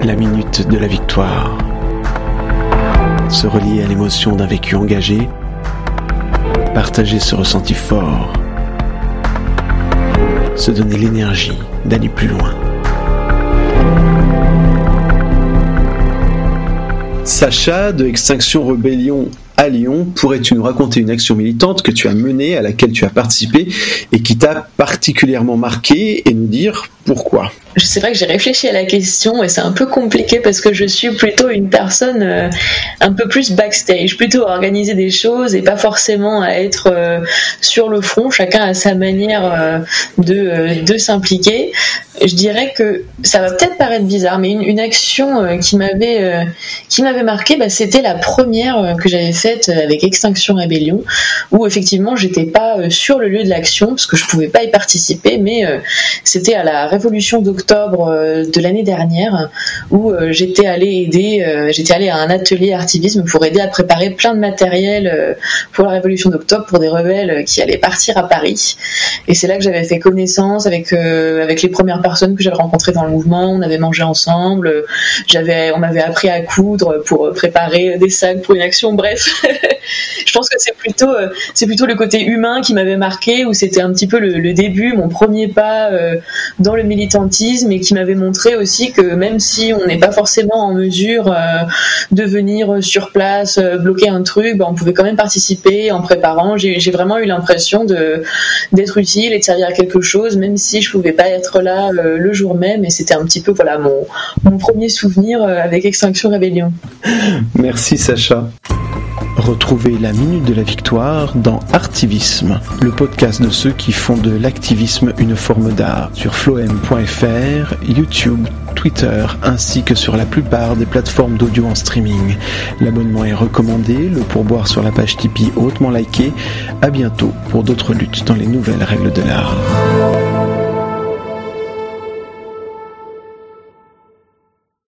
la minute de la victoire. Se relier à l'émotion d'un vécu engagé, partager ce ressenti fort, se donner l'énergie d'aller plus loin. Sacha de Extinction Rebellion à Lyon, pourrais-tu nous raconter une action militante que tu as menée, à laquelle tu as participé et qui t'a particulièrement marqué et nous dire pourquoi ? C'est vrai que j'ai réfléchi à la question et c'est un peu compliqué parce que je suis plutôt une personne un peu plus backstage, plutôt à organiser des choses et pas forcément à être sur le front. Chacun a sa manière de s'impliquer. Je dirais que ça va peut-être paraître bizarre, mais une action qui m'avait marqué, c'était la première que j'avais faite avec Extinction Rebellion, où effectivement j'étais pas sur le lieu de l'action parce que je pouvais pas y participer, mais c'était à la Révolution d'octobre de l'année dernière, où j'étais allée à un atelier artivisme pour aider à préparer plein de matériel pour la Révolution d'octobre pour des rebelles qui allaient partir à Paris. Et c'est là que j'avais fait connaissance avec les premières personnes que j'avais rencontrées dans le mouvement. On avait mangé ensemble, on m'avait appris à coudre pour préparer des sacs pour une action. Bref, je pense que c'est plutôt le côté humain qui m'avait marqué, où c'était un petit peu le début, mon premier pas dans le militantisme, et qui m'avait montré aussi que même si on n'est pas forcément en mesure de venir sur place bloquer un truc, on pouvait quand même participer en préparant. J'ai vraiment eu l'impression d'être utile et de servir à quelque chose, même si je pouvais pas être là le jour même. Et c'était un petit peu mon premier souvenir avec Extinction Rebellion. Merci Sacha. Retrouvez la Minute de la Victoire dans Artivisme, le podcast de ceux qui font de l'activisme une forme d'art, sur floem.fr, YouTube, Twitter, ainsi que sur la plupart des plateformes d'audio en streaming. L'abonnement est recommandé, le pourboire sur la page Tipeee hautement liké. À bientôt pour d'autres luttes dans les nouvelles règles de l'art.